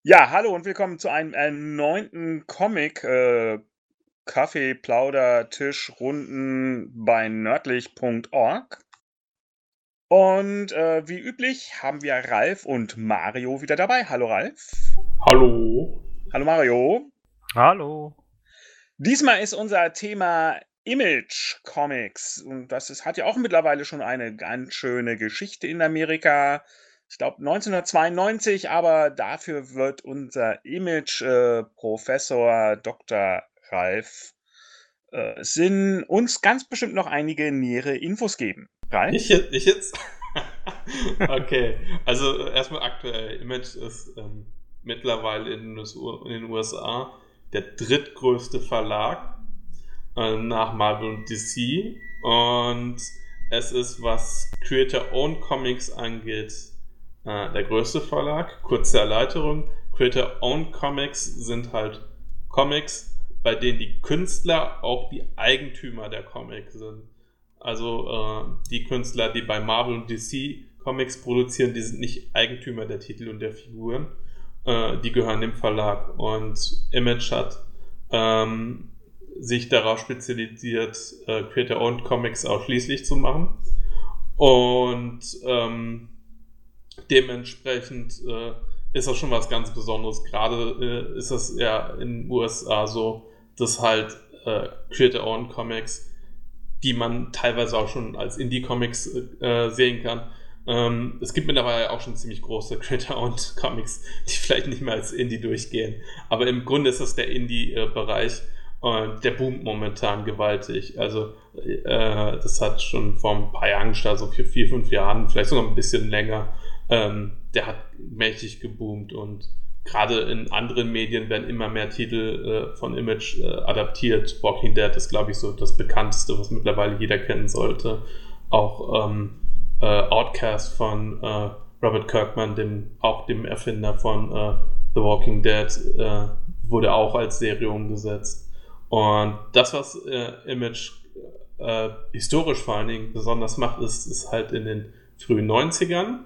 Ja, hallo und willkommen zu einem erneuten Comic, Kaffee-Plauder-Tisch-Runden bei nördlich.org. Und, wie üblich haben wir Ralf und Mario wieder dabei. Hallo Ralf. Hallo. Hallo Mario. Hallo. Diesmal ist unser Thema Image Comics und hat ja auch mittlerweile schon eine ganz schöne Geschichte in Amerika. Ich glaube 1992, aber dafür wird unser Image, Professor Dr. Ralf, Sinn uns ganz bestimmt noch einige nähere Infos geben. Ich, Ralf? jetzt- ich jetzt? Okay, also erstmal aktuell. Image ist mittlerweile in den USA der drittgrößte Verlag nach Marvel und DC. Und es ist, was Creator-Owned Comics angeht, der größte Verlag. Kurze Erläuterung. Creator-Owned Comics sind halt Comics, bei denen die Künstler auch die Eigentümer der Comics sind. Also die Künstler, die bei Marvel und DC Comics produzieren, die sind nicht Eigentümer der Titel und der Figuren. Die gehören dem Verlag. Und Image hat sich darauf spezialisiert, Creator-Owned Comics ausschließlich zu machen. Und dementsprechend ist das schon was ganz Besonderes. Gerade ist das ja in den USA so, dass halt Creator-Owned Comics, die man teilweise auch schon als Indie-Comics sehen kann. Es gibt mittlerweile auch schon ziemlich große Creator-Owned Comics, die vielleicht nicht mehr als Indie durchgehen. Aber im Grunde ist das der Indie-Bereich und der boomt momentan gewaltig. Also das hat schon vor ein paar Jahren gestartet, so 4, 5 Jahren, vielleicht sogar ein bisschen länger. Der hat mächtig geboomt und gerade in anderen Medien werden immer mehr Titel von Image adaptiert. Walking Dead ist, glaube ich, so das bekannteste, was mittlerweile jeder kennen sollte. Auch Outcast von Robert Kirkman, dem Erfinder von The Walking Dead, wurde auch als Serie umgesetzt. Und das, was Image historisch vor allen Dingen besonders macht, ist halt in den frühen 90ern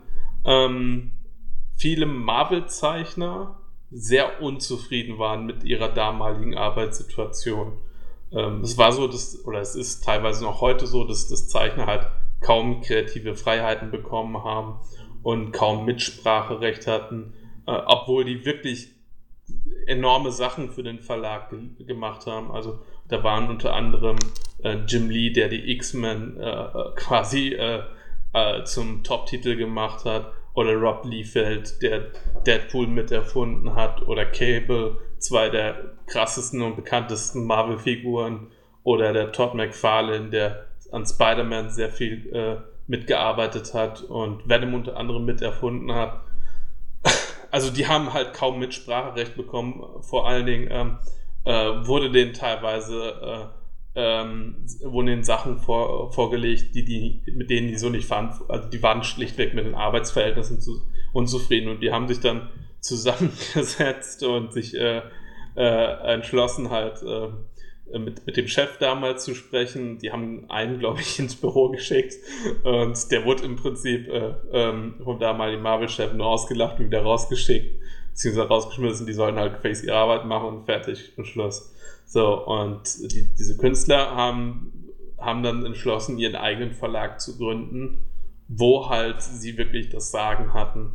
viele Marvel-Zeichner sehr unzufrieden waren mit ihrer damaligen Arbeitssituation. Es war so, oder es ist teilweise noch heute so, dass Zeichner halt kaum kreative Freiheiten bekommen haben und kaum Mitspracherecht hatten, obwohl die wirklich enorme Sachen für den Verlag gemacht haben. Also da waren unter anderem Jim Lee, der die X-Men quasi zum Top-Titel gemacht hat, oder Rob Liefeld, der Deadpool miterfunden hat, oder Cable, zwei der krassesten und bekanntesten Marvel-Figuren, oder der Todd McFarlane, der an Spider-Man sehr viel mitgearbeitet hat und Venom unter anderem miterfunden hat. Also die haben halt kaum Mitspracherecht bekommen. Vor allen Dingen wurde denen teilweise wurden denen Sachen vorgelegt, mit denen die so nicht fahren. Also die waren schlichtweg mit den Arbeitsverhältnissen unzufrieden und die haben sich dann zusammengesetzt und sich entschlossen, halt mit dem Chef damals zu sprechen. Die haben einen, glaube ich, ins Büro geschickt und der wurde im Prinzip vom damaligen Marvel-Chef nur ausgelacht und wieder rausgeschickt, beziehungsweise rausgeschmissen. Die sollen halt face ihre Arbeit machen und fertig und Schluss. So, und diese Künstler haben dann entschlossen, ihren eigenen Verlag zu gründen, wo halt sie wirklich das Sagen hatten.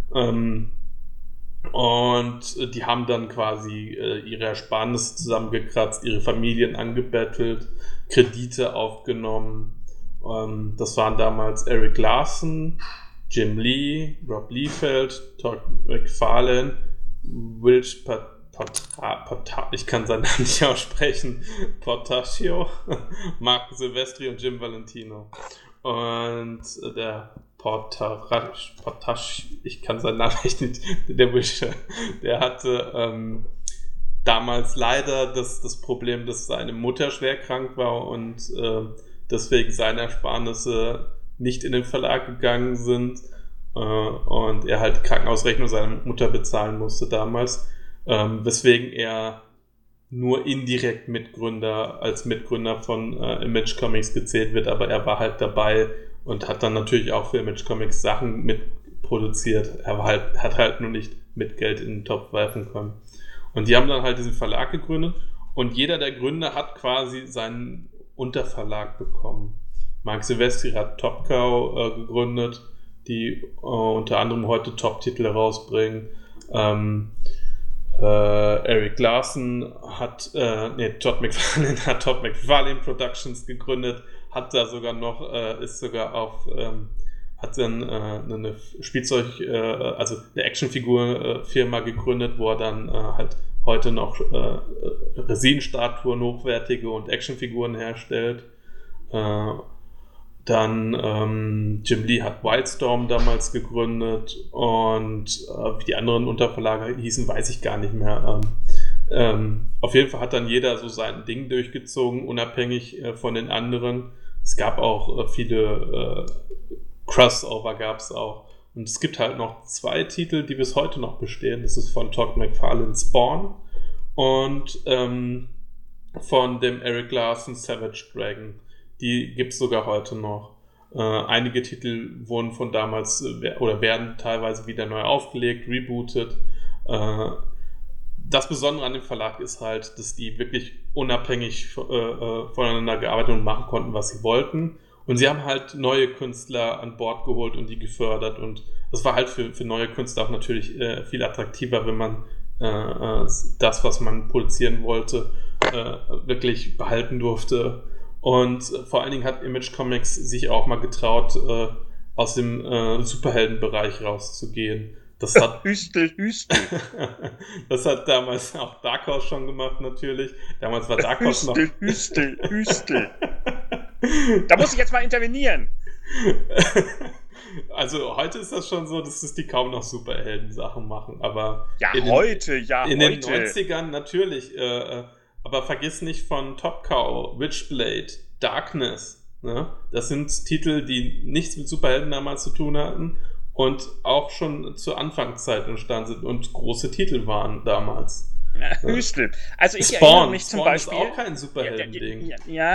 Und die haben dann quasi ihre Ersparnisse zusammengekratzt, ihre Familien angebettelt, Kredite aufgenommen. Das waren damals Eric Larson, Jim Lee, Rob Liefeld, Todd McFarlane, Wilch ich kann seinen Namen nicht aussprechen, Portacio, Marco Silvestri und Jim Valentino. Und der ich kann seinen Namen echt nicht, der Wischer, der hatte damals leider das Problem, dass seine Mutter schwer krank war und deswegen seine Ersparnisse nicht in den Verlag gegangen sind und er halt die Krankenhausrechnung seiner Mutter bezahlen musste damals, weswegen er nur indirekt als Mitgründer von Image Comics gezählt wird, aber er war halt dabei und hat dann natürlich auch für Image Comics Sachen mitproduziert. Hat halt nur nicht mit Geld in den Topf werfen können. Und die haben dann halt diesen Verlag gegründet und jeder der Gründer hat quasi seinen Unterverlag bekommen. Mark Silvestri hat Top Cow gegründet, die unter anderem heute Top-Titel herausbringen. Eric Larson hat, Todd McFarlane hat Todd McFarlane Productions gegründet, hat da sogar noch, ist sogar auf, hat dann eine Spielzeug, also eine Actionfigur-Firma gegründet, wo er dann halt heute noch Resinstatuen, hochwertige und Actionfiguren herstellt. Dann Jim Lee hat Wildstorm damals gegründet und wie die anderen Unterverlage hießen, weiß ich gar nicht mehr. Auf jeden Fall hat dann jeder so sein Ding durchgezogen, unabhängig von den anderen. Es gab auch viele Crossover gab es auch. Und es gibt halt noch 2 Titel, die bis heute noch bestehen. Das ist von Todd McFarlane Spawn und von dem Eric Larson Savage Dragon. Die gibt es sogar heute noch. Einige Titel wurden von damals oder werden teilweise wieder neu aufgelegt, rebootet. Das Besondere an dem Verlag ist halt, dass die wirklich unabhängig voneinander gearbeitet und machen konnten, was sie wollten. Und sie haben halt neue Künstler an Bord geholt und die gefördert. Und das war halt für neue Künstler auch natürlich viel attraktiver, wenn man das, was man produzieren wollte, wirklich behalten durfte. Und vor allen Dingen hat Image Comics sich auch mal getraut, aus dem Superheldenbereich rauszugehen. Das hat Hüstel. Das hat damals auch Dark Horse schon gemacht, natürlich. Damals war Dark Horse noch... Hüstel. Da muss ich jetzt mal intervenieren. Also heute ist das schon so, dass die kaum noch Superhelden-Sachen machen, aber... In den 90ern natürlich, aber vergiss nicht von Top Cow, Witchblade, Darkness. Ne? Das sind Titel, die nichts mit Superhelden damals zu tun hatten und auch schon zur Anfangszeit entstanden sind und große Titel waren damals. Hüstel. Also ich Spawn, erinnere mich zum Spawn Beispiel... ist auch kein Superhelden-Ding.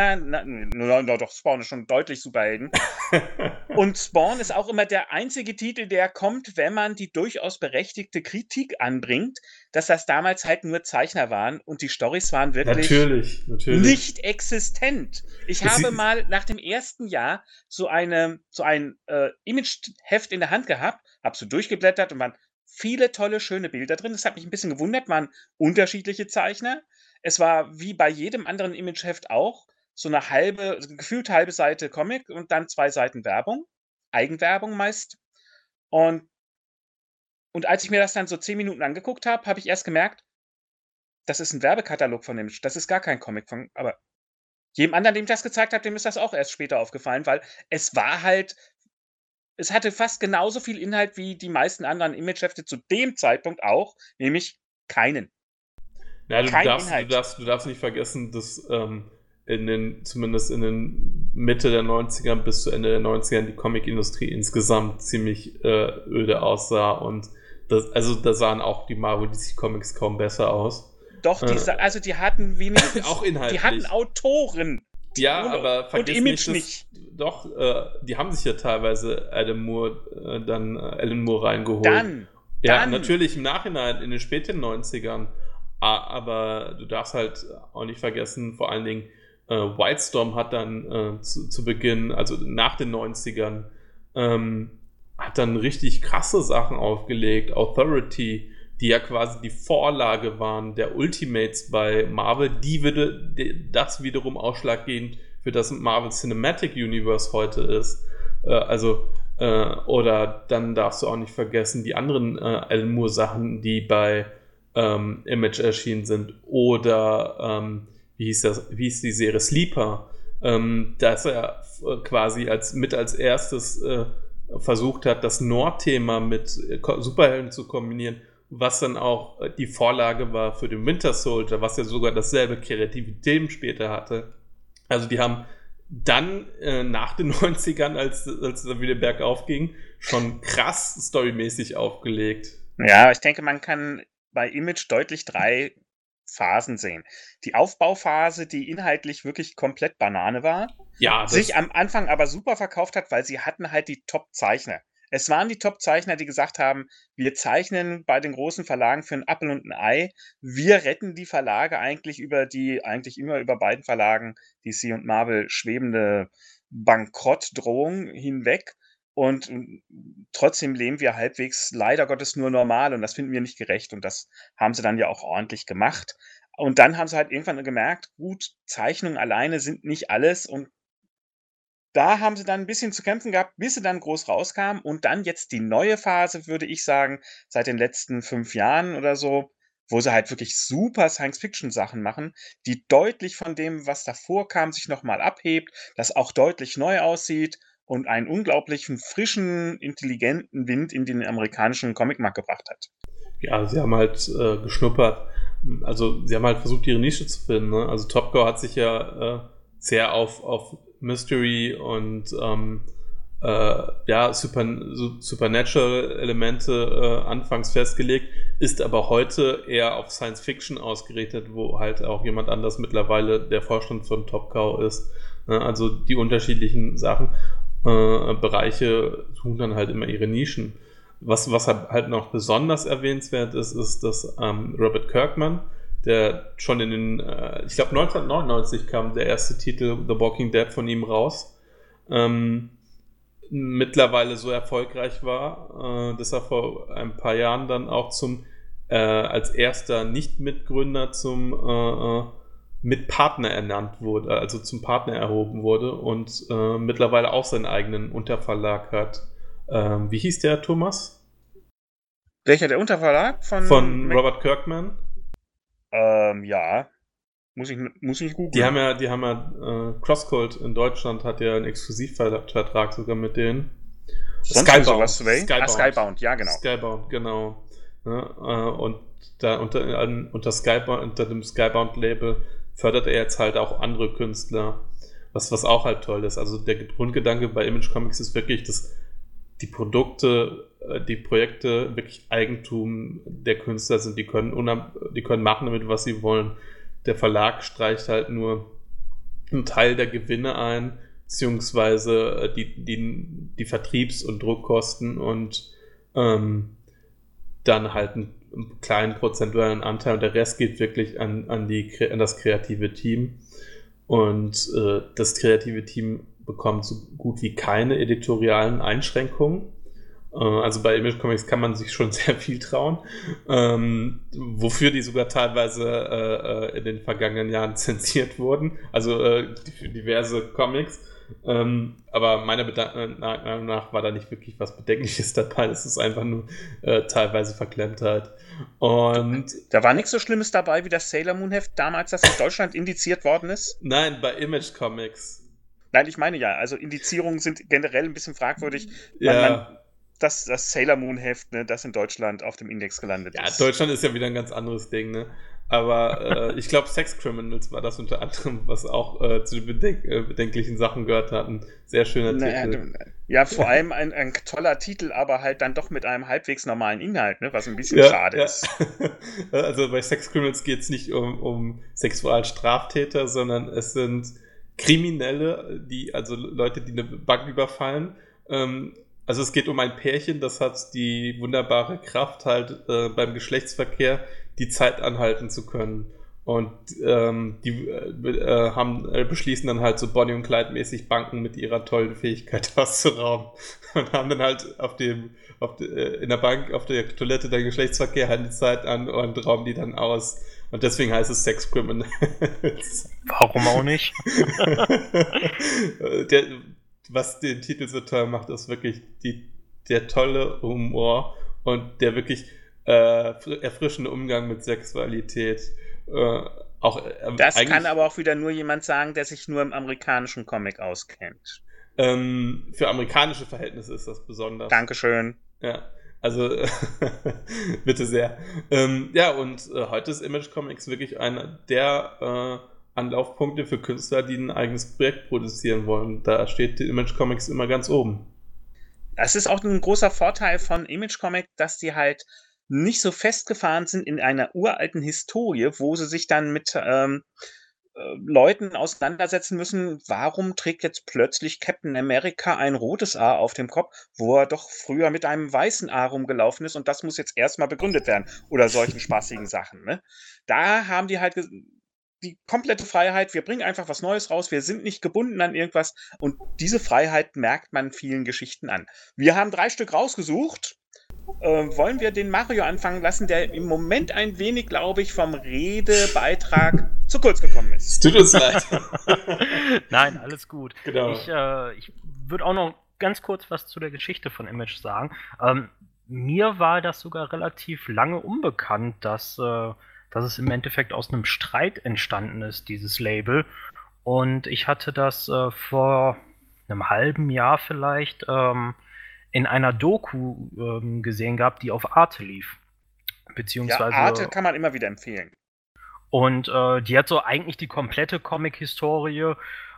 Doch, Spawn ist schon deutlich Superhelden. Und Spawn ist auch immer der einzige Titel, der kommt, wenn man die durchaus berechtigte Kritik anbringt, dass das damals halt nur Zeichner waren und die Storys waren wirklich natürlich. nicht existent. Ich habe mal nach dem ersten Jahr so ein Image-Heft in der Hand gehabt, habe so durchgeblättert und waren viele tolle, schöne Bilder drin. Das hat mich ein bisschen gewundert, waren unterschiedliche Zeichner. Es war wie bei jedem anderen Imageheft auch so eine gefühlt halbe Seite Comic und dann 2 Seiten Werbung. Eigenwerbung meist. Und als ich mir das dann so 10 Minuten angeguckt habe, habe ich erst gemerkt, das ist ein Werbekatalog von Image. Das ist gar kein Comic von, aber jedem anderen, dem ich das gezeigt habe, dem ist das auch erst später aufgefallen, weil es hatte fast genauso viel Inhalt wie die meisten anderen Imagehefte zu dem Zeitpunkt auch, nämlich keinen. Ja, du darfst nicht vergessen, dass zumindest in den Mitte der 90er bis zu Ende der 90er die Comicindustrie insgesamt ziemlich öde aussah und da sahen auch die Marvel DC Comics kaum besser aus. Doch, die hatten wenigstens auch inhaltlich. Die hatten Autoren. Ja, aber vergiss und Image nicht. Doch, die haben sich ja teilweise Alan Moore reingeholt. Dann. Natürlich im Nachhinein, in den späten 90ern. Aber du darfst halt auch nicht vergessen, vor allen Dingen Wildstorm hat dann zu Beginn, also nach den 90ern, hat dann richtig krasse Sachen aufgelegt. Authority, die ja quasi die Vorlage waren der Ultimates bei Marvel, das wiederum ausschlaggebend für das Marvel Cinematic Universe heute ist. Oder dann darfst du auch nicht vergessen, die anderen Alan Moore Sachen, die bei Image erschienen sind. Oder wie hieß die Serie Sleeper, dass er quasi als erstes versucht hat, das Nord-Thema mit Superhelden zu kombinieren, was dann auch die Vorlage war für den Winter Soldier, was ja sogar dasselbe kreative Thema später hatte. Also die haben dann nach den 90ern, als es dann wieder bergauf ging, schon krass storymäßig aufgelegt. Ja, ich denke, man kann bei Image deutlich 3 Phasen sehen. Die Aufbauphase, die inhaltlich wirklich komplett Banane war, sich am Anfang aber super verkauft hat, weil sie hatten halt die Top-Zeichner. Es waren die Top-Zeichner, die gesagt haben: „Wir zeichnen bei den großen Verlagen für 'n Appel und 'n Ei. Wir retten die Verlage eigentlich über die eigentlich immer über beiden Verlagen, DC und Marvel, schwebende Bankrottdrohung hinweg und, trotzdem leben wir halbwegs leider Gottes nur normal und das finden wir nicht gerecht.“ Und das haben sie dann ja auch ordentlich gemacht. Und dann haben sie halt irgendwann gemerkt: Gut, Zeichnungen alleine sind nicht alles und da haben sie dann 'n bisschen zu kämpfen gehabt, bis sie dann groß rauskamen und dann jetzt die neue Phase, würde ich sagen, seit den letzten 5 Jahren oder so, wo sie halt wirklich super Science-Fiction-Sachen machen, die deutlich von dem, was davor kam, sich noch mal abhebt, das auch deutlich neu aussieht und einen unglaublichen frischen, intelligenten Wind in den amerikanischen Comicmarkt gebracht hat. Ja, sie haben halt geschnuppert. Also sie haben halt versucht, ihre Nische zu finden. Ne? Also Top Gun hat sich ja sehr auf Mystery und ja, Supernatural-Elemente anfangs festgelegt, ist aber heute eher auf Science Fiction ausgerichtet, wo halt auch jemand anders mittlerweile der Vorstand von Top Cow ist. Ne? Also die unterschiedlichen Sachen, Bereiche suchen dann halt immer ihre Nischen. Was halt noch besonders erwähnenswert ist, ist, dass Robert Kirkman, der schon in den, ich glaube 1999 kam der erste Titel The Walking Dead von ihm raus, mittlerweile so erfolgreich war, dass er vor ein paar Jahren dann auch als erster Nicht-Mitgründer zum Mitpartner ernannt wurde, also zum Partner erhoben wurde und mittlerweile auch seinen eigenen Unterverlag hat. Wie hieß der, Thomas? Welcher, der Unterverlag Von Robert Kirkman? Ja. Muss ich googeln. Die haben ja Crosscult in Deutschland hat ja einen Exklusivvertrag sogar mit denen. Skybound, ja, genau. Skybound, genau. Ja, und da unter Skybound, unter dem Skybound-Label fördert er jetzt halt auch andere Künstler. Was auch halt toll ist. Also der Grundgedanke bei Image Comics ist wirklich, dass die Produkte, die Projekte wirklich Eigentum der Künstler sind. Die können machen damit, was sie wollen. Der Verlag streicht halt nur einen Teil der Gewinne ein, beziehungsweise die Vertriebs- und Druckkosten und dann halt einen kleinen prozentualen Anteil und der Rest geht wirklich an das kreative Team. Und das kreative Team bekommt so gut wie keine editorialen Einschränkungen. Also bei Image Comics kann man sich schon sehr viel trauen, wofür die sogar teilweise in den vergangenen Jahren zensiert wurden, also für diverse Comics. Aber meiner Meinung nach war da nicht wirklich was Bedenkliches dabei. Es ist einfach nur teilweise Verklemmtheit. Und da war nichts so Schlimmes dabei wie das Sailor Moon Heft damals, das in Deutschland indiziert worden ist? Nein, bei Image Comics. Nein, ich meine ja, also Indizierungen sind generell ein bisschen fragwürdig. Das Sailor Moon Heft, ne, das in Deutschland auf dem Index gelandet ist. Ja, Deutschland ist ja wieder ein ganz anderes Ding, ne? Aber ich glaube, Sex Criminals war das unter anderem, was auch zu den bedenklichen Sachen gehört hat. Ein sehr schöner Titel. Ja, vor allem ein toller Titel, aber halt dann doch mit einem halbwegs normalen Inhalt, ne, was ein bisschen schade ist. Also bei Sex Criminals geht es nicht um Sexualstraftäter, sondern es sind Kriminelle, also Leute, die eine Bank überfallen. Also es geht um ein Pärchen, das hat die wunderbare Kraft, halt beim Geschlechtsverkehr die Zeit anhalten zu können. Und die beschließen dann halt so Bonnie und Clyde mäßig Banken mit ihrer tollen Fähigkeit auszurauben. Und haben dann halt in der Bank auf der Toilette den Geschlechtsverkehr halten die Zeit an und rauben die dann aus. Und deswegen heißt es Sex Criminals. Warum auch nicht? Was den Titel so toll macht, ist wirklich der tolle Humor und der wirklich erfrischende Umgang mit Sexualität. Das kann aber auch wieder nur jemand sagen, der sich nur im amerikanischen Comic auskennt. Für amerikanische Verhältnisse ist das besonders. Dankeschön. Ja, also bitte sehr. Ja, und heute ist Image Comics wirklich einer der Anlaufpunkte für Künstler, die ein eigenes Projekt produzieren wollen. Da steht die Image Comics immer ganz oben. Das ist auch ein großer Vorteil von Image Comics, dass die halt nicht so festgefahren sind in einer uralten Historie, wo sie sich dann mit Leuten auseinandersetzen müssen, warum trägt jetzt plötzlich Captain America ein rotes A auf dem Kopf, wo er doch früher mit einem weißen A rumgelaufen ist und das muss jetzt erst mal begründet werden oder solchen spaßigen Sachen, ne? Da haben die halt die komplette Freiheit. Wir bringen einfach was Neues raus. Wir sind nicht gebunden an irgendwas und diese Freiheit merkt man vielen Geschichten an. Wir haben 3 Stück rausgesucht. Wollen wir den Mario anfangen lassen, der im Moment ein wenig, glaube ich, vom Redebeitrag zu kurz gekommen Es ist? tut uns leid. Nein, alles gut. Genau. Ich würde auch noch ganz kurz was zu der Geschichte von Image sagen. Mir war das sogar relativ lange unbekannt, dass es im Endeffekt aus einem Streit entstanden ist, dieses Label. Und ich hatte das vor einem halben Jahr vielleicht in einer Doku gesehen gehabt, die auf Arte lief. Beziehungsweise, Ja, Arte kann man immer wieder empfehlen. Und die hat so eigentlich die komplette Comic-Historie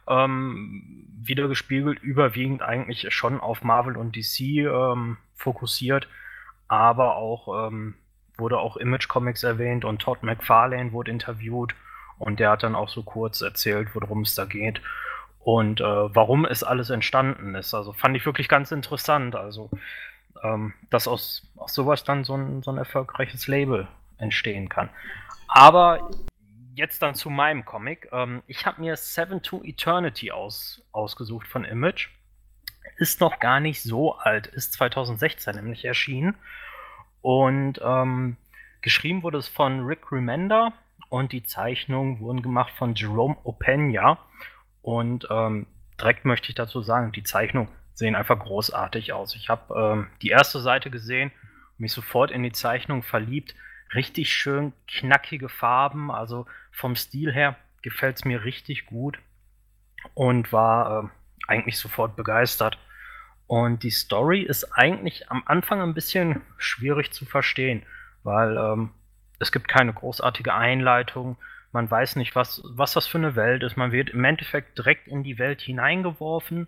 wieder gespiegelt, überwiegend eigentlich schon auf Marvel und DC fokussiert, aber auch wurde auch Image Comics erwähnt und Todd McFarlane wurde interviewt und der hat dann auch so kurz erzählt, worum es da geht und warum es alles entstanden ist. Also fand ich wirklich ganz interessant, also dass aus sowas dann so ein erfolgreiches Label entstehen kann. Aber jetzt dann zu meinem Comic. Ich habe mir Seven to Eternity ausgesucht von Image. Ist noch gar nicht so alt, ist 2016 nämlich erschienen. Und geschrieben wurde es von Rick Remender und die Zeichnungen wurden gemacht von Jerome Opeña. Und direkt möchte ich dazu sagen, die Zeichnungen sehen einfach großartig aus. Ich habe die erste Seite gesehen, mich sofort in die Zeichnung verliebt. Richtig schön knackige Farben, also vom Stil her gefällt es mir richtig gut und war eigentlich sofort begeistert. Und die Story ist eigentlich am Anfang ein bisschen schwierig zu verstehen, weil es gibt keine großartige Einleitung, man weiß nicht, was das für eine Welt ist, man wird im Endeffekt direkt in die Welt hineingeworfen.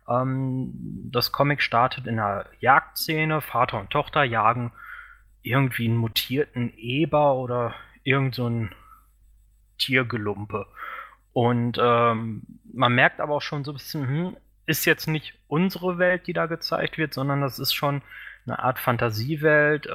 Das Comic startet in einer Jagdszene, Vater und Tochter jagen irgendwie einen mutierten Eber oder irgend so ein Tiergelumpe. Und man merkt aber auch schon so ein bisschen, ist jetzt nicht unsere Welt, die da gezeigt wird, sondern das ist schon eine Art Fantasiewelt,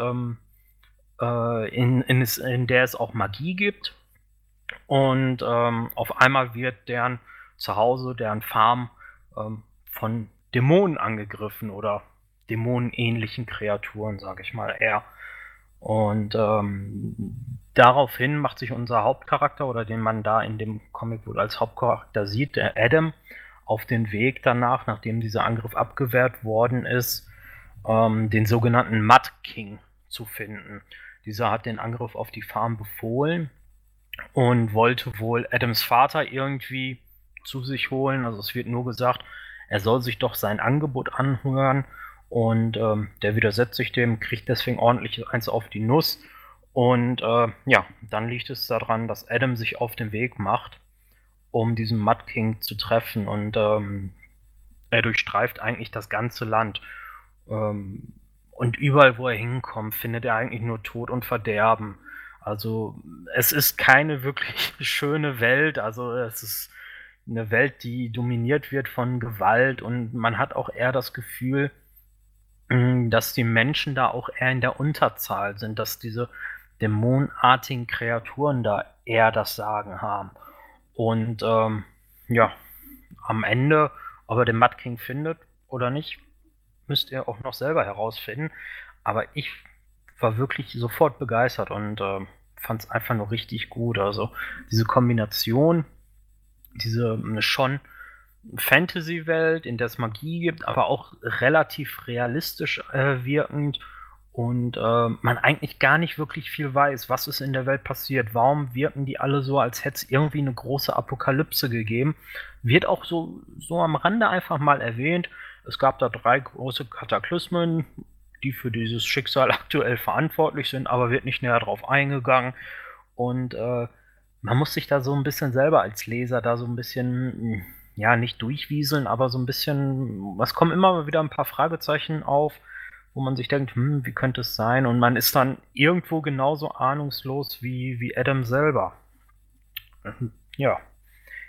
in der es auch Magie gibt. Und auf einmal wird deren Zuhause, deren Farm von Dämonen angegriffen oder dämonenähnlichen Kreaturen, sage ich mal eher. Und daraufhin macht sich unser Hauptcharakter, oder den man da in dem Comic wohl als Hauptcharakter sieht, der Adam, auf den Weg danach, nachdem dieser Angriff abgewehrt worden ist, den sogenannten Mud King zu finden. Dieser hat den Angriff auf die Farm befohlen und wollte wohl Adams Vater irgendwie zu sich holen. Also es wird nur gesagt, er soll sich doch sein Angebot anhören. Und der widersetzt sich dem, kriegt deswegen ordentlich eins auf die Nuss. Und ja, dann liegt es daran, dass Adam sich auf den Weg macht, um diesen Mud King zu treffen. Und er durchstreift eigentlich das ganze Land. Und überall, wo er hinkommt, findet er eigentlich nur Tod und Verderben. Also es ist keine wirklich schöne Welt. Also es ist eine Welt, die dominiert wird von Gewalt. Und man hat auch eher das Gefühl, dass die Menschen da auch eher in der Unterzahl sind, dass diese dämonenartigen Kreaturen da eher das Sagen haben. Und ja, am Ende, ob er den Mud King findet oder nicht, müsst ihr auch noch selber herausfinden. Aber ich war wirklich sofort begeistert und fand es einfach nur richtig gut. Also diese Kombination, diese schon Fantasy-Welt, in der es Magie gibt, aber auch relativ realistisch wirkend und man eigentlich gar nicht wirklich viel weiß, was ist in der Welt passiert. Warum wirken die alle so, als hätte es irgendwie eine große Apokalypse gegeben? Wird auch so am Rande einfach mal erwähnt. Es gab da 3 große Kataklysmen, die für dieses Schicksal aktuell verantwortlich sind, aber wird nicht näher drauf eingegangen. Und man muss sich da so ein bisschen selber als Leser da so ein bisschen, ja, nicht durchwieseln, aber so ein bisschen, es kommen immer wieder ein paar Fragezeichen auf, wo man sich denkt, wie könnte es sein? Und man ist dann irgendwo genauso ahnungslos wie Adam selber. Ja,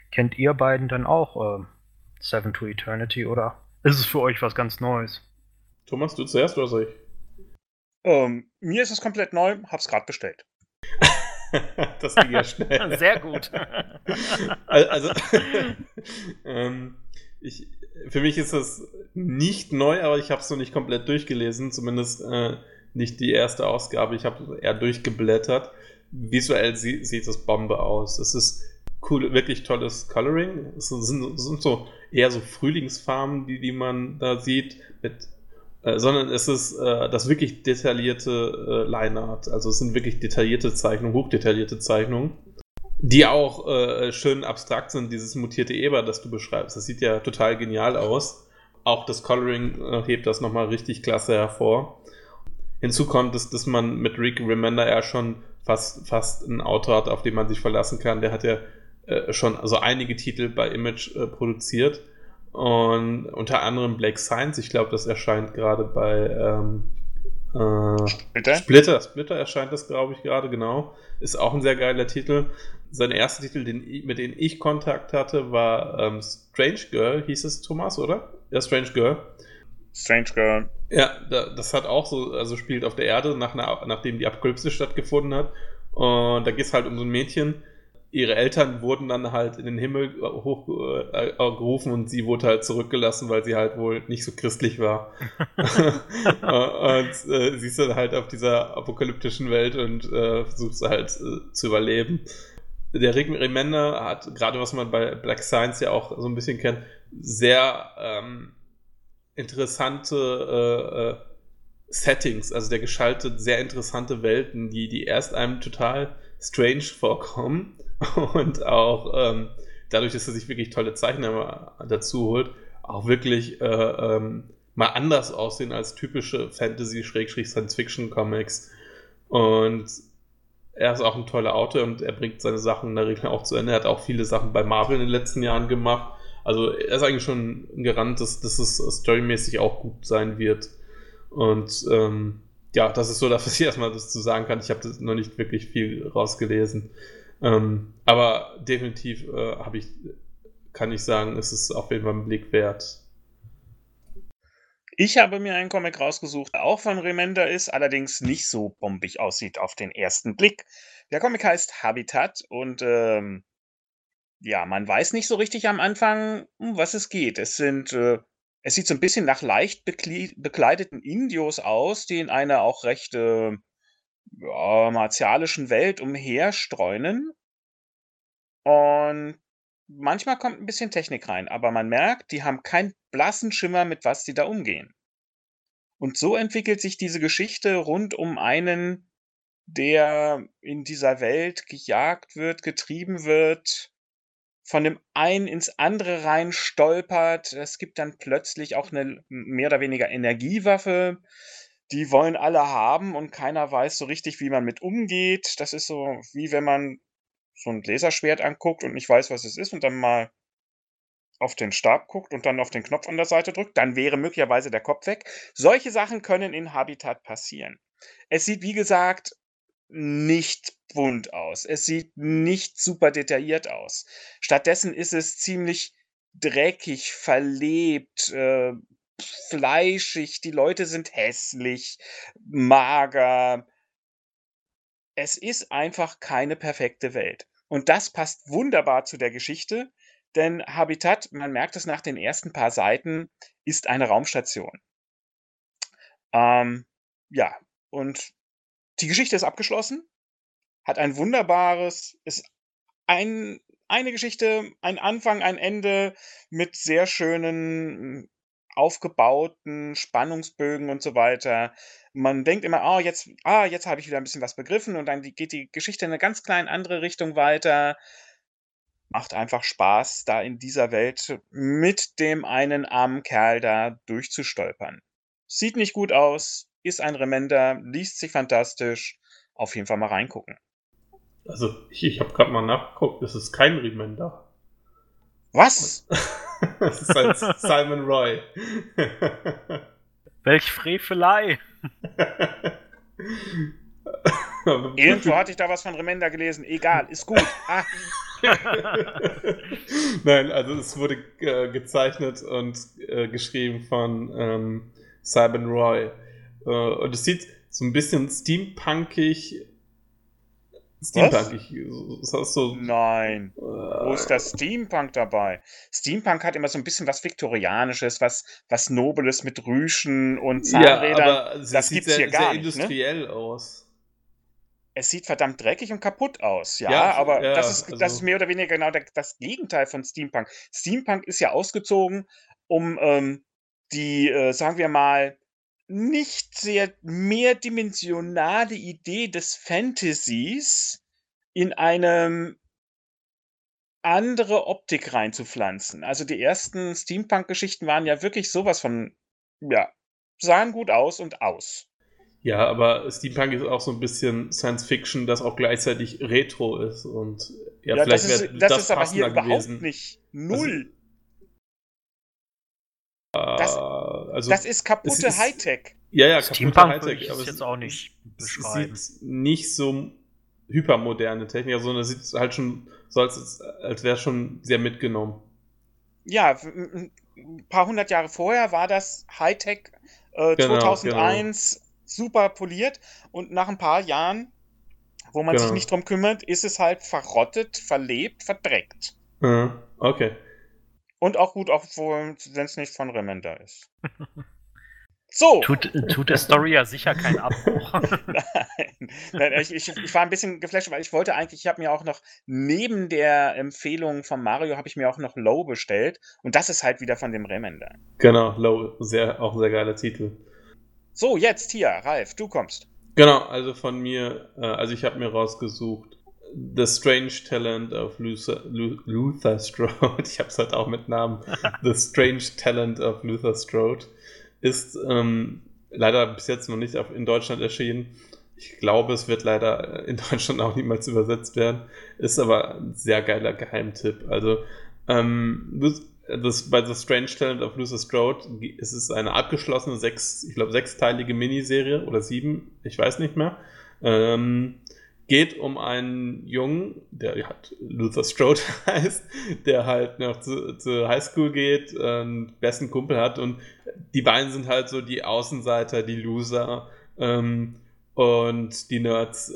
Kennt ihr beiden dann auch Seven to Eternity oder ist es für euch was ganz Neues? Thomas, du zuerst oder soll ich? Mir ist es komplett neu, hab's gerade bestellt. Das ging ja schnell. Sehr gut. Also, für mich ist das nicht neu, aber ich habe es noch nicht komplett durchgelesen, zumindest nicht die erste Ausgabe. Ich habe eher durchgeblättert. Visuell sieht es Bombe aus. Es ist cool, wirklich tolles Coloring. Es sind so eher so Frühlingsfarben, die man da sieht, sondern es ist das wirklich detaillierte Lineart. Also es sind wirklich detaillierte Zeichnungen, hochdetaillierte Zeichnungen, die auch schön abstrakt sind. Dieses mutierte Eber, das du beschreibst, das sieht ja total genial aus. Auch das Coloring hebt das nochmal richtig klasse hervor. Hinzu kommt, dass man mit Rick Remender ja schon fast einen Autor hat, auf den man sich verlassen kann. Der hat ja schon also einige Titel bei Image produziert. Und unter anderem Black Science, ich glaube, das erscheint gerade bei Splitter erscheint das, glaube ich, gerade, genau. Ist auch ein sehr geiler Titel. Sein erster Titel, mit dem ich Kontakt hatte, war Strange Girl, hieß es, Thomas, oder? Ja, Strange Girl. Strange Girl. Ja, das hat auch so, also spielt auf der Erde, nachdem die Apokalypse stattgefunden hat. Und da geht es halt um so ein Mädchen. Ihre Eltern wurden dann halt in den Himmel hochgerufen und sie wurde halt zurückgelassen, weil sie halt wohl nicht so christlich war. Und sie ist dann halt auf dieser apokalyptischen Welt und versucht halt zu überleben. Der Rick Remender hat, gerade was man bei Black Science ja auch so ein bisschen kennt, sehr interessante Settings, also der gestaltet sehr interessante Welten, die erst einem total strange vorkommen und auch dadurch, dass er sich wirklich tolle Zeichner dazu holt, auch wirklich mal anders aussehen als typische Fantasy-Science-Fiction-Comics. Und er ist auch ein toller Autor und er bringt seine Sachen in der Regel auch zu Ende. Er hat auch viele Sachen bei Marvel in den letzten Jahren gemacht. Also er ist eigentlich schon ein Garant, dass es storymäßig auch gut sein wird. Und ja, das ist so, dass ich erstmal das zu sagen kann. Ich habe noch nicht wirklich viel rausgelesen. Aber definitiv kann ich sagen, es ist auf jeden Fall ein Blick wert. Ich habe mir einen Comic rausgesucht, der auch von Remender ist, allerdings nicht so bombig aussieht auf den ersten Blick. Der Comic heißt Habitat und ja, man weiß nicht so richtig am Anfang, um was es geht. Es sieht so ein bisschen nach leicht bekleideten Indios aus, die in einer auch recht martialischen Welt umherstreunen. Und manchmal kommt ein bisschen Technik rein, aber man merkt, die haben keinen blassen Schimmer, mit was die da umgehen. Und so entwickelt sich diese Geschichte rund um einen, der in dieser Welt gejagt wird, getrieben wird, von dem einen ins andere rein stolpert. Es gibt dann plötzlich auch eine mehr oder weniger Energiewaffe. Die wollen alle haben und keiner weiß so richtig, wie man mit umgeht. Das ist so, wie wenn man so ein Laserschwert anguckt und nicht weiß, was es ist und dann mal auf den Stab guckt und dann auf den Knopf an der Seite drückt, dann wäre möglicherweise der Kopf weg. Solche Sachen können in Habitat passieren. Es sieht, wie gesagt, nicht bunt aus. Es sieht nicht super detailliert aus. Stattdessen ist es ziemlich dreckig, verlebt, fleischig, die Leute sind hässlich, mager. Es ist einfach keine perfekte Welt. Und das passt wunderbar zu der Geschichte, denn Habitat, man merkt es nach den ersten paar Seiten, ist eine Raumstation. Ja, und die Geschichte ist abgeschlossen, hat ein wunderbares ist eine Geschichte, ein Anfang, ein Ende mit sehr schönen, aufgebauten Spannungsbögen und so weiter. Man denkt immer: jetzt habe ich wieder ein bisschen was begriffen“ und dann geht die Geschichte in 'ne ganz klein andere Richtung weiter. Macht einfach Spaß, da in dieser Welt mit dem einen armen Kerl da durchzustolpern. Sieht nicht gut aus, ist ein Remender, liest sich fantastisch. Auf jeden Fall mal reingucken. Also, ich habe gerade mal nachgeguckt, es ist kein Remender. Was? Es ist ein Simon Roy. Welch Frevelei! Irgendwo hatte ich da was von Remender gelesen. Egal, ist gut. Nein, also es wurde gezeichnet und geschrieben von Simon Roy. Und es sieht so ein bisschen steampunkig. Nein. Wo ist das Steampunk dabei? Steampunk hat immer so ein bisschen was Viktorianisches, was Nobles mit Rüschen und Zahnrädern. Ja, aber das sieht gibt's hier gar sehr nicht, industriell aus. Es sieht verdammt dreckig und kaputt aus, Ja, aber ja, das ist mehr oder weniger genau das Gegenteil von Steampunk. Steampunk ist ja ausgezogen, um die, sagen wir mal, nicht sehr mehrdimensionale Idee des Fantasies in eine andere Optik reinzupflanzen. Also die ersten Steampunk-Geschichten waren ja wirklich sowas von, ja, sahen gut aus und aus. Ja, aber Steampunk ist auch so ein bisschen Science Fiction, das auch gleichzeitig Retro ist. Und ja, vielleicht wäre das ist aber hier passender überhaupt gewesen. nicht. Null. Also, das ist kaputte Hightech. Ja, kaputte Hightech. Aber es jetzt auch nicht beschreiben. Es sieht nicht so hypermoderne Technik, sondern es sieht halt schon so, als wäre es schon sehr mitgenommen. Ja, ein paar hundert Jahre vorher war das Hightech 2001 super poliert und nach ein paar Jahren, wo man sich nicht drum kümmert, ist es halt verrottet, verlebt, verdreckt. Okay. Und auch gut, obwohl wenn es nicht von Remender ist. So. Tut der Story ja sicher keinen Abbruch. Nein, ich war ein bisschen geflasht, weil ich habe mir auch noch neben der Empfehlung von Mario, habe ich mir auch noch Low bestellt. Und das ist halt wieder von dem Remender. Genau, Low, auch sehr geiler Titel. So, jetzt hier, Ralf, du kommst. Genau, also von mir, ich habe mir rausgesucht The Strange Talent of Luther Strode. Ich habe es halt auch mit Namen. The Strange Talent of Luther Strode ist leider bis jetzt noch nicht in Deutschland erschienen. Ich glaube, es wird leider in Deutschland auch niemals übersetzt werden. Ist aber ein sehr geiler Geheimtipp. Also bei The Strange Talent of Luther Strode ist es eine abgeschlossene sechsteilige Miniserie oder 7, ich weiß nicht mehr. Geht um einen Jungen, der hat Luther Strode heißt, der halt noch zur Highschool geht, einen besten Kumpel hat und die beiden sind halt so die Außenseiter, die Loser und die Nerds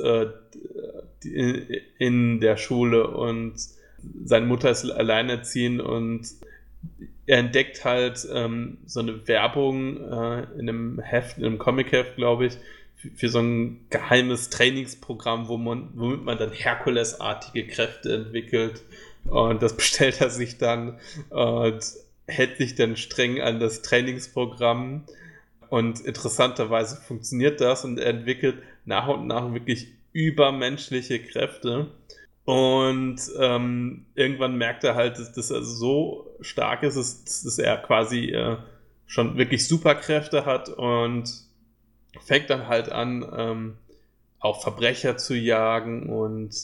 in der Schule und seine Mutter ist alleinerziehend und er entdeckt halt so eine Werbung in einem Comic-Heft, glaube ich, für so ein geheimes Trainingsprogramm, womit man dann Herkules-artige Kräfte entwickelt. Und das bestellt er sich dann und hält sich dann streng an das Trainingsprogramm. Und interessanterweise funktioniert das und er entwickelt nach und nach wirklich übermenschliche Kräfte. Und irgendwann merkt er halt, dass er so stark ist, dass er quasi schon wirklich Superkräfte hat und fängt dann halt an, auch Verbrecher zu jagen und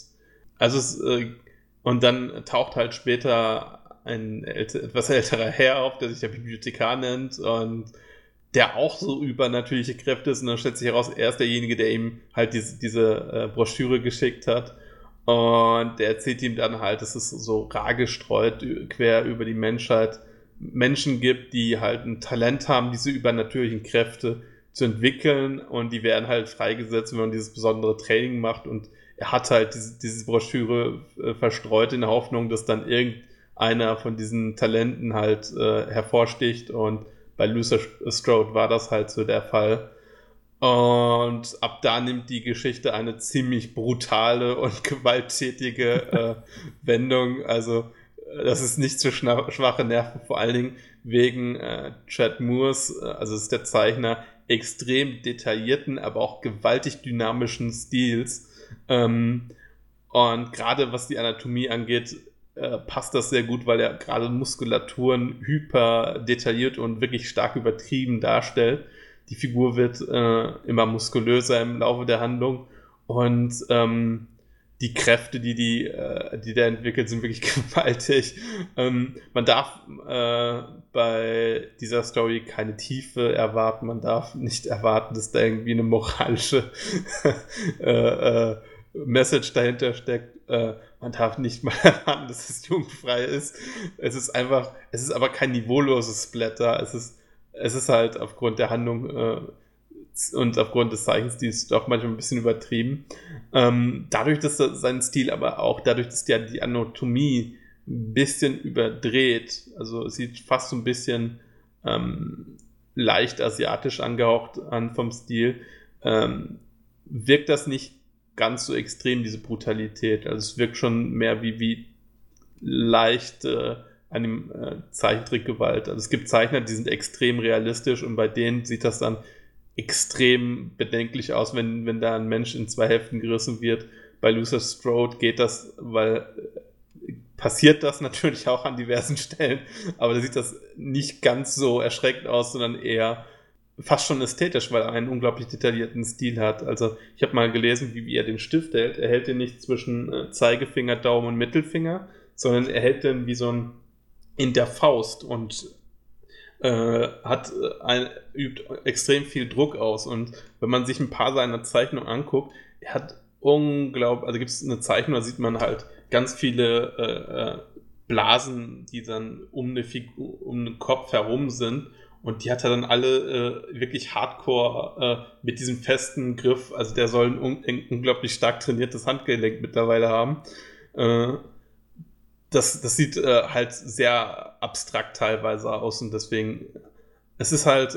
dann taucht halt später ein etwas älterer Herr auf, der sich der Bibliothekar nennt und der auch so übernatürliche Kräfte ist und dann stellt sich heraus, er ist derjenige, der ihm halt diese Broschüre geschickt hat. Und der erzählt ihm dann halt, dass es so rar gestreut quer über die Menschheit Menschen gibt, die halt ein Talent haben, diese übernatürlichen Kräfte zu entwickeln und die werden halt freigesetzt, wenn man dieses besondere Training macht und er hat halt diese Broschüre verstreut in der Hoffnung, dass dann irgendeiner von diesen Talenten halt hervorsticht und bei Luther Strode war das halt so der Fall. Und ab da nimmt die Geschichte eine ziemlich brutale und gewalttätige Wendung. Also das ist nicht so schwache Nerven, vor allen Dingen wegen Chad Moores, also ist der Zeichner, extrem detaillierten, aber auch gewaltig dynamischen Stils. Und gerade was die Anatomie angeht, passt das sehr gut, weil er gerade Muskulaturen hyper detailliert und wirklich stark übertrieben darstellt. Die Figur wird immer muskulöser im Laufe der Handlung und die Kräfte, die der entwickelt, sind wirklich gewaltig. Man darf bei dieser Story keine Tiefe erwarten. Man darf nicht erwarten, dass da irgendwie eine moralische Message dahinter steckt. Man darf nicht mal erwarten, dass es jugendfrei ist. Es ist aber kein niveauloses Splatter. Es ist halt aufgrund der Handlung und aufgrund des Zeichenstils doch manchmal ein bisschen übertrieben. Dadurch, dass sein Stil aber auch, dadurch, dass die Anatomie ein bisschen überdreht, also es sieht fast so ein bisschen leicht asiatisch angehaucht an vom Stil, wirkt das nicht ganz so extrem, diese Brutalität. Also es wirkt schon mehr wie leichte Zeichentrickgewalt. Also es gibt Zeichner, die sind extrem realistisch und bei denen sieht das dann extrem bedenklich aus, wenn da ein Mensch in 2 Hälften gerissen wird. Bei Luther Strode geht das, passiert das natürlich auch an diversen Stellen, aber da sieht das nicht ganz so erschreckend aus, sondern eher fast schon ästhetisch, weil er einen unglaublich detaillierten Stil hat. Also ich habe mal gelesen, wie er den Stift hält. Er hält den nicht zwischen Zeigefinger, Daumen und Mittelfinger, sondern er hält den wie so ein in der Faust und übt extrem viel Druck aus. Und wenn man sich ein paar seiner Zeichnungen anguckt, er hat unglaublich, also gibt es eine Zeichnung, da sieht man halt ganz viele Blasen, die dann um den Kopf herum sind. Und die hat er dann alle wirklich hardcore mit diesem festen Griff. Also der soll ein unglaublich stark trainiertes Handgelenk mittlerweile haben. Das sieht halt sehr abstrakt teilweise aus und deswegen, es ist halt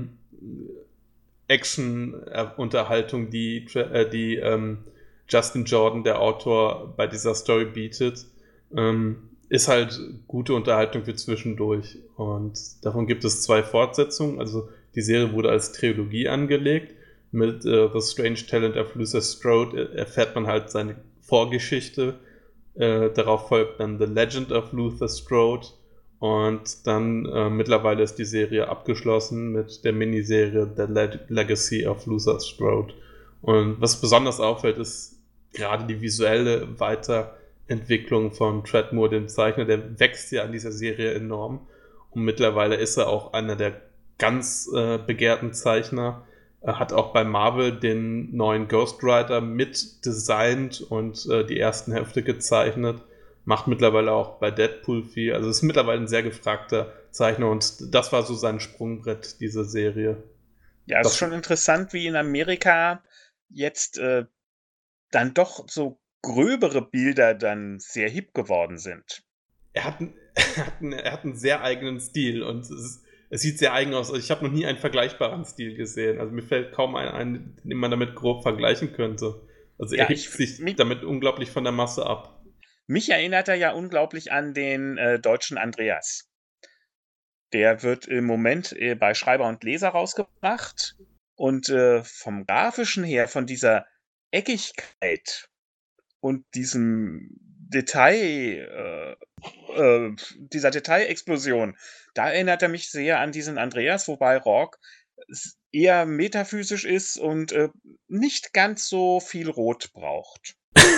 Action-Unterhaltung, die Justin Jordan, der Autor, bei dieser Story bietet. Ist halt gute Unterhaltung für zwischendurch. Und davon gibt es 2 Fortsetzungen. Also die Serie wurde als Trilogie angelegt. Mit The Strange Talent of Luther Strode erfährt man halt seine Vorgeschichte. Darauf folgt dann The Legend of Luther Strode. Und dann mittlerweile ist die Serie abgeschlossen mit der Miniserie The Legacy of Luther Strode. Und was besonders auffällt, ist gerade die visuelle Weiterentwicklung von Tradd Moore, dem Zeichner. Der wächst ja an dieser Serie enorm. Und mittlerweile ist er auch einer der ganz begehrten Zeichner. Er hat auch bei Marvel den neuen Ghost Rider mitdesignt und die ersten Hefte gezeichnet. Macht mittlerweile auch bei Deadpool viel. Also ist mittlerweile ein sehr gefragter Zeichner und das war so sein Sprungbrett, diese Serie. Ja, es ist schon interessant, wie in Amerika jetzt dann doch so gröbere Bilder dann sehr hip geworden sind. Er hat einen sehr eigenen Stil und es sieht sehr eigen aus. Also ich habe noch nie einen vergleichbaren Stil gesehen. Also mir fällt kaum ein, den man damit grob vergleichen könnte. Also er hebt sich damit unglaublich von der Masse ab. Mich erinnert er ja unglaublich an den deutschen Andreas. Der wird im Moment bei Schreiber und Leser rausgebracht und vom Grafischen her, von dieser Eckigkeit und diesem Detail, dieser Detailexplosion, da erinnert er mich sehr an diesen Andreas, wobei Rock eher metaphysisch ist und nicht ganz so viel Rot braucht.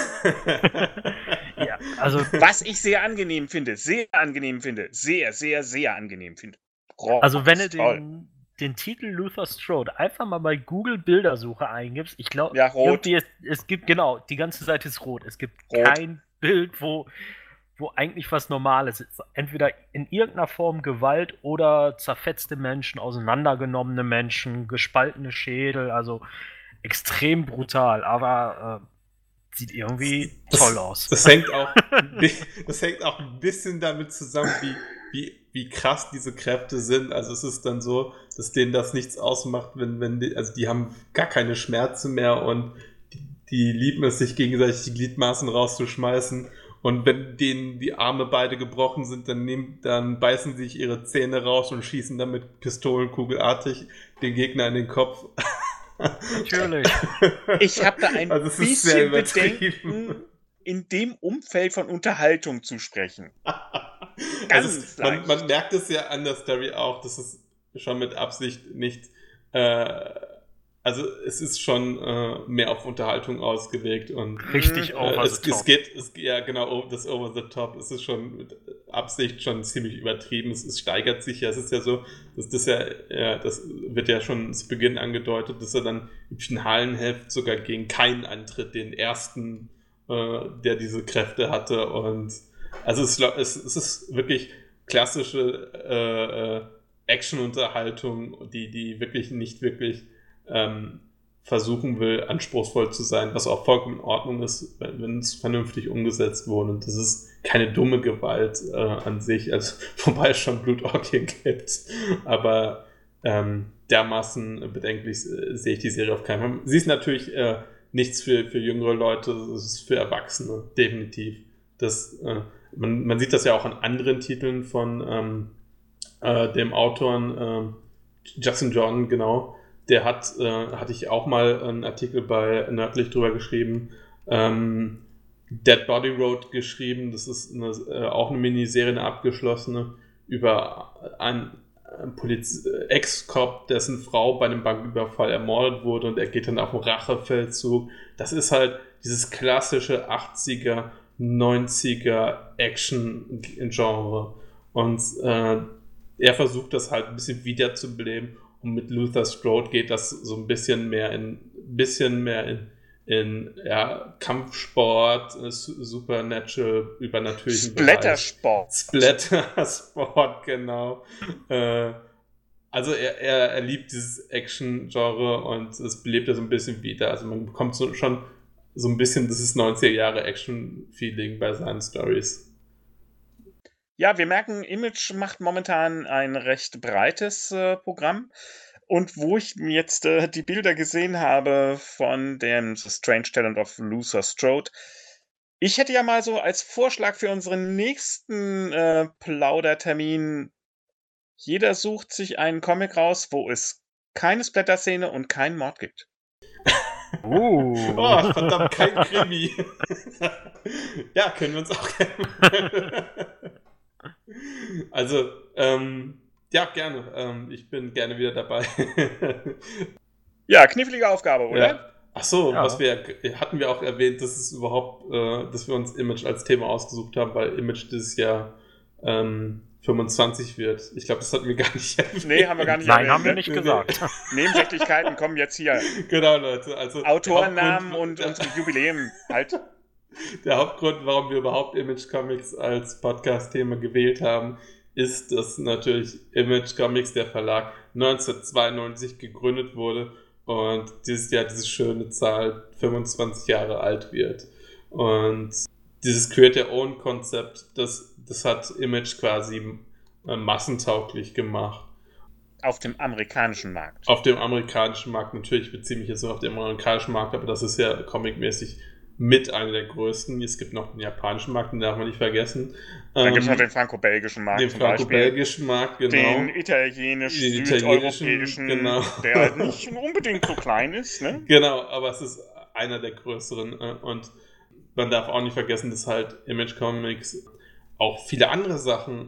Ja, also was ich sehr angenehm finde, sehr, sehr angenehm finde. Rock, also wenn du den Titel Luther Strode einfach mal bei Google Bildersuche eingibst, ich glaube, ja, es gibt, genau, die ganze Seite ist rot. Es gibt kein Bild, wo eigentlich was Normales ist. Entweder in irgendeiner Form Gewalt oder zerfetzte Menschen, auseinandergenommene Menschen, gespaltene Schädel, also extrem brutal, aber sieht irgendwie toll aus. Das hängt auch ein bisschen damit zusammen, wie krass diese Kräfte sind. Also es ist dann so, dass denen das nichts ausmacht, wenn die haben gar keine Schmerzen mehr und die lieben es, sich gegenseitig die Gliedmaßen rauszuschmeißen. Und wenn denen die Arme beide gebrochen sind, dann beißen sie sich ihre Zähne raus und schießen dann mit pistolenkugelartig den Gegner in den Kopf. Natürlich. Ich habe da ein bisschen Bedenken, in dem Umfeld von Unterhaltung zu sprechen. Ganz leicht. Man merkt es ja an der Story auch, dass es schon mit Absicht nicht also es ist schon mehr auf Unterhaltung ausgelegt und Richtig over the top. Ja genau, das over the top. Es ist schon mit Absicht schon ziemlich übertrieben. Es steigert sich ja. Es ist ja so, dass das wird ja schon zu Beginn angedeutet, dass er dann im Finalen-Heft sogar gegen keinen antritt, den ersten, der diese Kräfte hatte. Und also es ist wirklich klassische Action-Unterhaltung, die wirklich nicht wirklich versuchen will, anspruchsvoll zu sein, was auch vollkommen in Ordnung ist, wenn es vernünftig umgesetzt wurde. Und das ist keine dumme Gewalt an sich, also wobei es schon Blutorgien gibt. Aber dermaßen bedenklich sehe ich die Serie auf keinen Fall. Sie ist natürlich nichts für jüngere Leute, es ist für Erwachsene, definitiv. Man sieht das ja auch an anderen Titeln von dem Autoren Justin Jordan, genau. Der hatte ich auch mal einen Artikel bei Nördlich drüber geschrieben, Dead Body Road geschrieben, das ist auch eine Miniserie, eine abgeschlossene, über einen Ex-Cop, dessen Frau bei einem Banküberfall ermordet wurde und er geht dann auf einen Rachefeldzug. Das ist halt dieses klassische 80er, 90er Action-Genre und er versucht das halt ein bisschen wiederzubeleben. Und mit Luther Strode geht das so ein bisschen mehr in Kampfsport, Supernatural, übernatürlichen Splattersport. Splattersport, genau. Also er liebt dieses Action-Genre und es belebt er so ein bisschen wieder. Also man bekommt schon so ein bisschen dieses 90er Jahre Action-Feeling bei seinen Stories. Ja, wir merken, Image macht momentan ein recht breites Programm. Und wo ich mir jetzt die Bilder gesehen habe von dem The Strange Talent of Luther Strode, ich hätte ja mal so als Vorschlag für unseren nächsten Plaudertermin, jeder sucht sich einen Comic raus, wo es keine Splatter-Szene und keinen Mord gibt. Oh, verdammt, kein Krimi. Ja, können wir uns auch gerne. Also, ja, gerne. Ich bin gerne wieder dabei. Ja, knifflige Aufgabe, oder? Ja. Ach so, ja. Hatten wir auch erwähnt, dass es überhaupt, dass wir uns Image als Thema ausgesucht haben, weil Image dieses Jahr 25 wird. Ich glaube, das hatten wir gar nicht erwähnt. Nee, haben wir gar nicht erwähnt. Nein, haben wir nicht gesagt. Nebensächlichkeiten kommen jetzt hier. Genau, Leute. Also Autorennamen und Jubiläum halt. Der Hauptgrund, warum wir überhaupt Image Comics als Podcast-Thema gewählt haben, ist, dass natürlich Image Comics, der Verlag, 1992 gegründet wurde und dieses Jahr diese schöne Zahl 25 Jahre alt wird. Und dieses Create-Your-Own-Konzept, das hat Image quasi massentauglich gemacht. Auf dem amerikanischen Markt. Auf dem amerikanischen Markt, natürlich beziehe ich mich jetzt nur auf den amerikanischen Markt, aber das ist ja comicmäßig mit einer der größten. Es gibt noch den japanischen Markt, den darf man nicht vergessen. Dann gibt es noch den franco-belgischen Markt. Den franco-belgischen Markt, genau. Den italienisch-südeuropäischen, genau. Der halt nicht unbedingt so klein ist. Ne? Genau, aber es ist einer der größeren. Und man darf auch nicht vergessen, dass halt Image Comics auch viele andere Sachen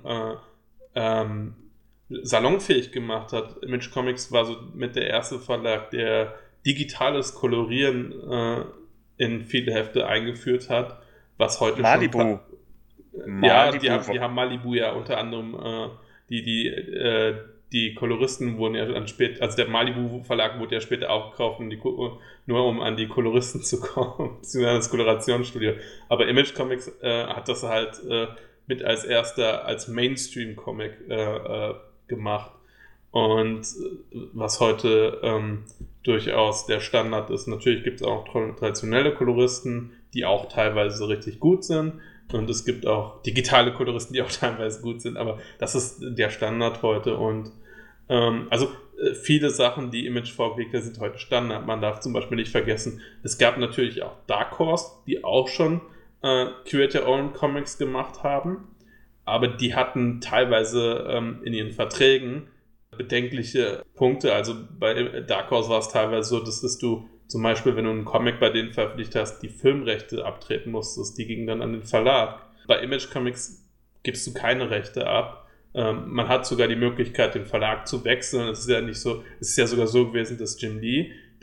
salonfähig gemacht hat. Image Comics war so mit der erste Verlag, der digitales Kolorieren in viele Hefte eingeführt hat, was heute Malibu. schon... Ja, die haben Malibu ja unter anderem, die Koloristen wurden ja dann später, also der Malibu Verlag wurde ja später aufgekauft, nur um an die Koloristen zu kommen, beziehungsweise das Kolorationsstudio. Aber Image Comics hat das halt mit als erster, als Mainstream-Comic gemacht. Und was heute durchaus der Standard ist. Natürlich gibt es auch traditionelle Koloristen, die auch teilweise richtig gut sind. Und es gibt auch digitale Koloristen, die auch teilweise gut sind. Aber das ist der Standard heute. Und viele Sachen, die Image vorgelegt haben, sind heute Standard. Man darf zum Beispiel nicht vergessen, es gab natürlich auch Dark Horse, die auch schon Create Your Own Comics gemacht haben. Aber die hatten teilweise in ihren Verträgen bedenkliche Punkte. Also bei Dark Horse war es teilweise so, dass du zum Beispiel, wenn du einen Comic bei denen veröffentlicht hast, die Filmrechte abtreten musstest. Die gingen dann an den Verlag. Bei Image Comics gibst du keine Rechte ab. Man hat sogar die Möglichkeit, den Verlag zu wechseln. Es ist ja nicht so, es ist ja sogar so gewesen, dass Jim Lee,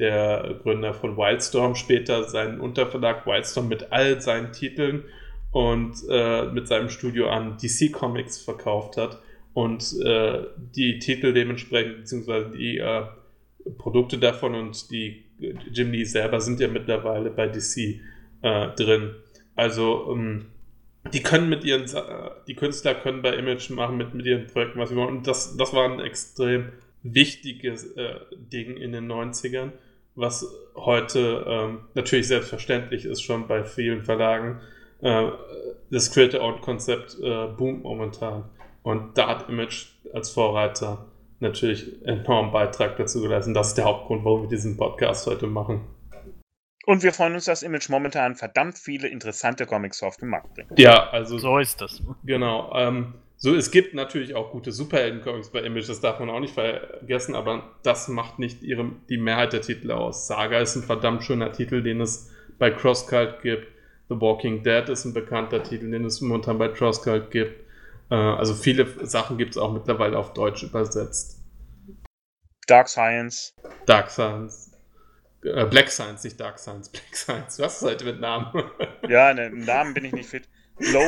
der Gründer von Wildstorm, später seinen Unterverlag Wildstorm mit all seinen Titeln und mit seinem Studio an DC Comics verkauft hat und die Titel dementsprechend, beziehungsweise die Produkte davon und die Jim Lee selber sind ja mittlerweile bei DC drin. Also die Künstler können bei Image machen mit ihren Projekten, was sie wollen. Und das war ein extrem wichtiges Ding in den 90ern, was heute natürlich selbstverständlich ist, schon bei vielen Verlagen. Das Creator-Owned-Konzept boomt momentan. Und da hat Image als Vorreiter natürlich enormen Beitrag dazu geleistet. Das ist der Hauptgrund, warum wir diesen Podcast heute machen. Und wir freuen uns, dass Image momentan verdammt viele interessante Comics auf den Markt bringt. Ja, also So ist das. genau. Es gibt natürlich auch gute Superhelden-Comics bei Image, das darf man auch nicht vergessen, aber das macht nicht die Mehrheit der Titel aus. Saga ist ein verdammt schöner Titel, den es bei CrossCult gibt. The Walking Dead ist ein bekannter Titel, den es momentan bei CrossCult gibt. Also viele Sachen gibt es auch mittlerweile auf Deutsch übersetzt. Dark Science. Dark Science. Black Science, nicht Dark Science. Black Science. Was ist heute mit Namen? Ja, Namen bin ich nicht fit. Low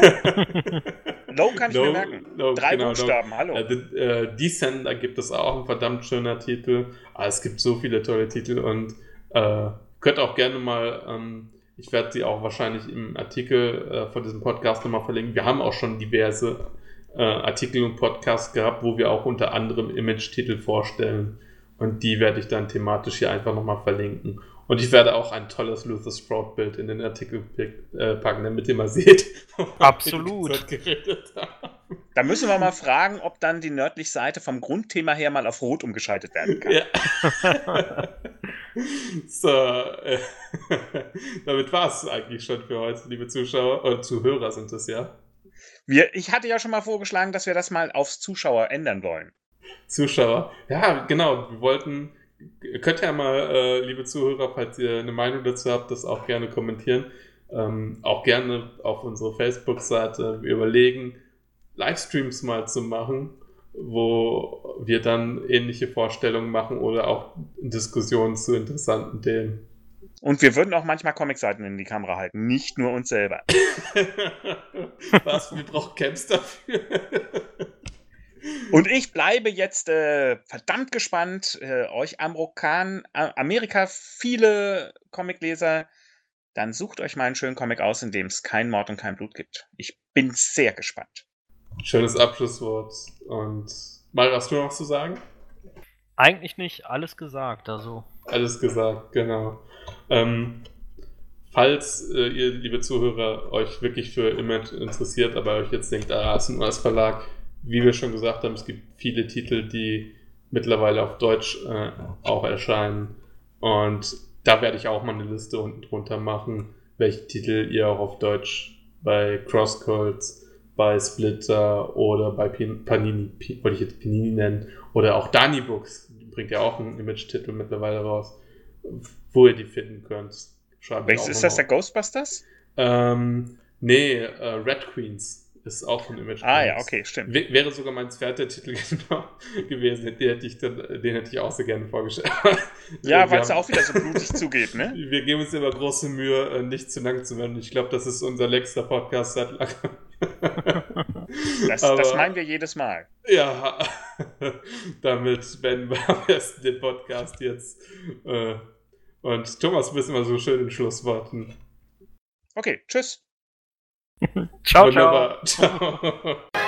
kann ich mir merken. 3 Buchstaben, hallo. Descender gibt es auch, ein verdammt schöner Titel. Es gibt so viele tolle Titel und könnt auch gerne mal, ich werde sie auch wahrscheinlich im Artikel von diesem Podcast nochmal verlinken. Wir haben auch schon diverse Artikel und Podcasts gehabt, wo wir auch unter anderem Image-Titel vorstellen. Und die werde ich dann thematisch hier einfach nochmal verlinken. Und ich werde auch ein tolles Luther Sprout-Bild in den Artikel packen, damit ihr mal seht, Absolut. Da müssen wir mal fragen, ob dann die nördliche Seite vom Grundthema her mal auf Rot umgeschaltet werden kann. Ja. So, damit war es eigentlich schon für heute, liebe Zuschauer und Zuhörer sind es ja. Ich hatte ja schon mal vorgeschlagen, dass wir das mal aufs Zuschauer ändern wollen. Zuschauer. Ja, genau. Ihr könnt ja mal, liebe Zuhörer, falls ihr eine Meinung dazu habt, das auch gerne kommentieren. Auch gerne auf unsere Facebook-Seite. Wir überlegen, Livestreams mal zu machen, wo wir dann ähnliche Vorstellungen machen oder auch Diskussionen zu interessanten Themen. Und wir würden auch manchmal Comicseiten in die Kamera halten, nicht nur uns selber. Was? Wir brauchen Camps dafür. Und ich bleibe jetzt verdammt gespannt, euch Amerika, viele Comicleser, dann sucht euch mal einen schönen Comic aus, in dem es keinen Mord und kein Blut gibt. Ich bin sehr gespannt. Schönes Abschlusswort. Und Mara, hast du noch was zu sagen? Eigentlich nicht, alles gesagt, also. Alles gesagt, genau. Falls ihr, liebe Zuhörer, euch wirklich für Image interessiert, aber euch jetzt denkt, es ist ein neues Verlag, wie wir schon gesagt haben, es gibt viele Titel, die mittlerweile auf Deutsch auch erscheinen. Und da werde ich auch mal eine Liste unten drunter machen, welche Titel ihr auch auf Deutsch bei CrossCults, bei Splitter oder bei Panini, wollte ich jetzt Panini nennen, oder auch Dani Books, bringt ja auch einen Image-Titel mittlerweile raus, wo ihr die finden könnt. Welches ist das, der Ghostbusters? Nee, Red Queens ist auch von Image. Ja, okay, stimmt. Wäre sogar mein zweiter Titel gewesen, den hätte ich auch sehr gerne vorgestellt. Ja, weil es auch wieder so blutig zugeht, ne? Wir geben uns immer große Mühe, nicht zu lang zu werden. Ich glaube, das ist unser längster Podcast seit langem. Das meinen wir jedes Mal. Ja, damit beenden wir am besten den Podcast jetzt. Und Thomas, du bist immer so schön in Schlussworten. Okay, tschüss. Ciao, Wunderbar. Ciao.